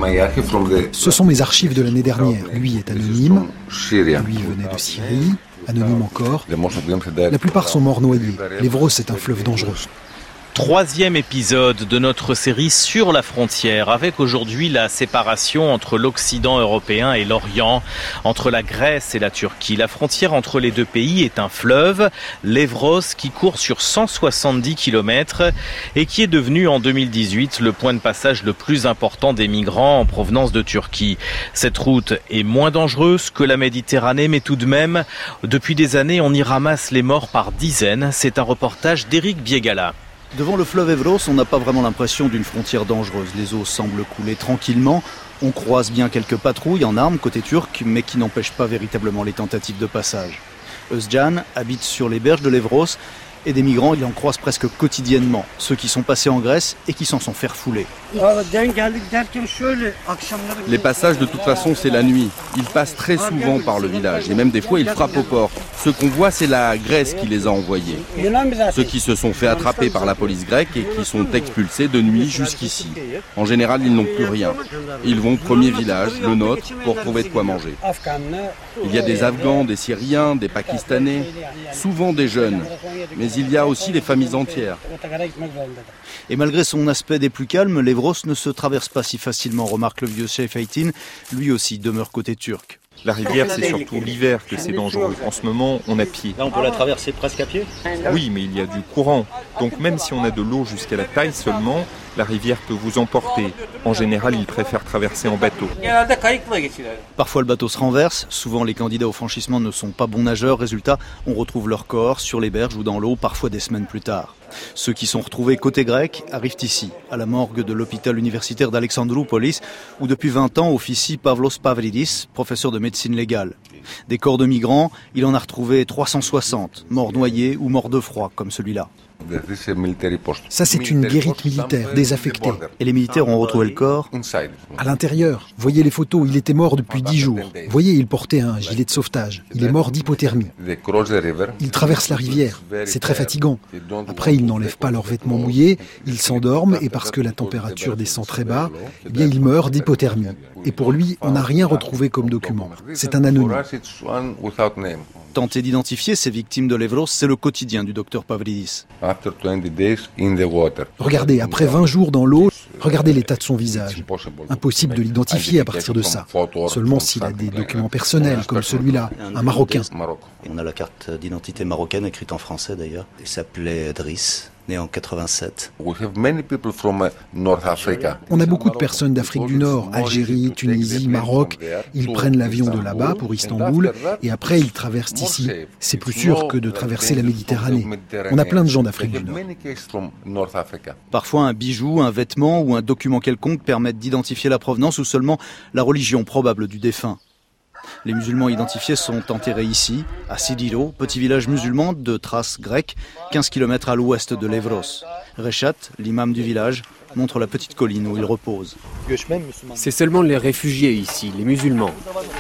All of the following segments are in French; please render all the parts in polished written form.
Ce sont mes archives de l'année dernière. Lui est anonyme. Lui venait de Syrie. Anonyme encore. La plupart sont morts noyés. L'Evros est un fleuve dangereux. Troisième épisode de notre série sur la frontière, avec aujourd'hui la séparation entre l'Occident européen et l'Orient, entre la Grèce et la Turquie. La frontière entre les deux pays est un fleuve, l'Evros, qui court sur 170 km et qui est devenu en 2018 le point de passage le plus important des migrants en provenance de Turquie. Cette route est moins dangereuse que la Méditerranée, mais tout de même, depuis des années, on y ramasse les morts par dizaines. C'est un reportage d'Éric Biegala. Devant le fleuve Evros, on n'a pas vraiment l'impression d'une frontière dangereuse. Les eaux semblent couler tranquillement. On croise bien quelques patrouilles en armes côté turc, mais qui n'empêchent pas véritablement les tentatives de passage. Özcan habite sur les berges de l'Evros et des migrants, il en croise presque quotidiennement. Ceux qui sont passés en Grèce et qui s'en sont fait refouler. Les passages, de toute façon, c'est la nuit. Ils passent très souvent par le village et même des fois, ils frappent aux portes. Ce qu'on voit, c'est la Grèce qui les a envoyés. Ceux qui se sont fait attraper par la police grecque et qui sont expulsés de nuit jusqu'ici. En général, ils n'ont plus rien. Ils vont au premier village, le nôtre, pour trouver de quoi manger. Il y a des Afghans, des Syriens, des Pakistanais, souvent des jeunes. Mais il y a aussi des familles entières. Et malgré son aspect des plus calmes, l'Evros ne se traverse pas si facilement, remarque le vieux Seyfettin. Lui aussi demeure côté turc. La rivière, c'est surtout l'hiver que c'est dangereux. En ce moment, on a pied. Là, on peut la traverser presque à pied ? Oui, mais il y a du courant. Donc même si on a de l'eau jusqu'à la taille seulement, la rivière peut vous emporter. En général, ils préfèrent traverser en bateau. Parfois, le bateau se renverse. Souvent, les candidats au franchissement ne sont pas bons nageurs. Résultat, on retrouve leur corps sur les berges ou dans l'eau, parfois des semaines plus tard. Ceux qui sont retrouvés côté grec arrivent ici, à la morgue de l'hôpital universitaire d'Alexandroupolis, où depuis 20 ans officie Pavlos Pavlidis, professeur de médecine légale. Des corps de migrants, il en a retrouvé 360, morts noyés ou morts de froid, comme celui-là. Ça, c'est une guérite militaire, désaffectée. Et les militaires ont retrouvé le corps à l'intérieur. Voyez les photos, il était mort depuis 10 jours. Voyez, il portait un gilet de sauvetage. Il est mort d'hypothermie. Ils traversent la rivière. C'est très fatigant. Après, ils n'enlèvent pas leurs vêtements mouillés. Ils s'endorment et parce que la température descend très bas, eh bien, ils meurent d'hypothermie. Et pour lui, on n'a rien retrouvé comme document. C'est un anonyme. Tenter d'identifier ces victimes de l'Evros, c'est le quotidien du docteur Pavlidis. Regardez, après 20 jours dans l'eau, regardez l'état de son visage. Impossible de l'identifier à partir de ça. Seulement s'il a des documents personnels, comme celui-là, un Marocain. On a la carte d'identité marocaine, écrite en français d'ailleurs. Il s'appelait Driss. Né en 87. On a beaucoup de personnes d'Afrique du Nord, Algérie, Tunisie, Maroc. Ils prennent l'avion de là-bas pour Istanbul et après ils traversent ici. C'est plus sûr que de traverser la Méditerranée. On a plein de gens d'Afrique du Nord. Parfois un bijou, un vêtement ou un document quelconque permettent d'identifier la provenance ou seulement la religion probable du défunt. Les musulmans identifiés sont enterrés ici, à Sidiro, petit village musulman de traces grecques, 15 km à l'ouest de l'Evros. Rechat, l'imam du village, montre la petite colline où il repose. C'est seulement les réfugiés ici, les musulmans.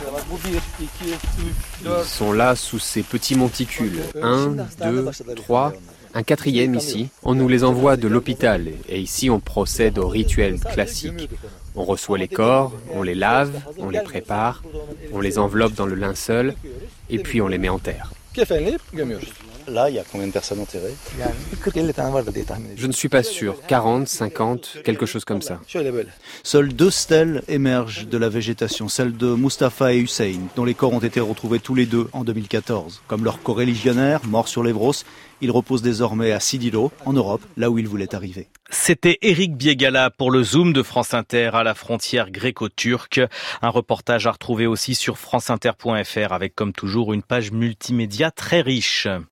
Ils sont là sous ces petits monticules. 1, 2, 3, un quatrième ici. On nous les envoie de l'hôpital et ici on procède au rituel classique. On reçoit les corps, on les lave, on les prépare, on les enveloppe dans le linceul et puis on les met en terre. Là, il y a combien de personnes enterrées ? Je ne suis pas sûr, 40, 50, quelque chose comme ça. Seules 2 stèles émergent de la végétation, celle de Mustapha et Hussein, dont les corps ont été retrouvés tous les deux en 2014. Comme leurs coreligionnaires, morts sur l'Evros, ils reposent désormais à Sidiro, en Europe, là où ils voulaient arriver. C'était Éric Biegala pour le Zoom de France Inter à la frontière gréco-turque. Un reportage à retrouver aussi sur franceinter.fr avec comme toujours une page multimédia très riche.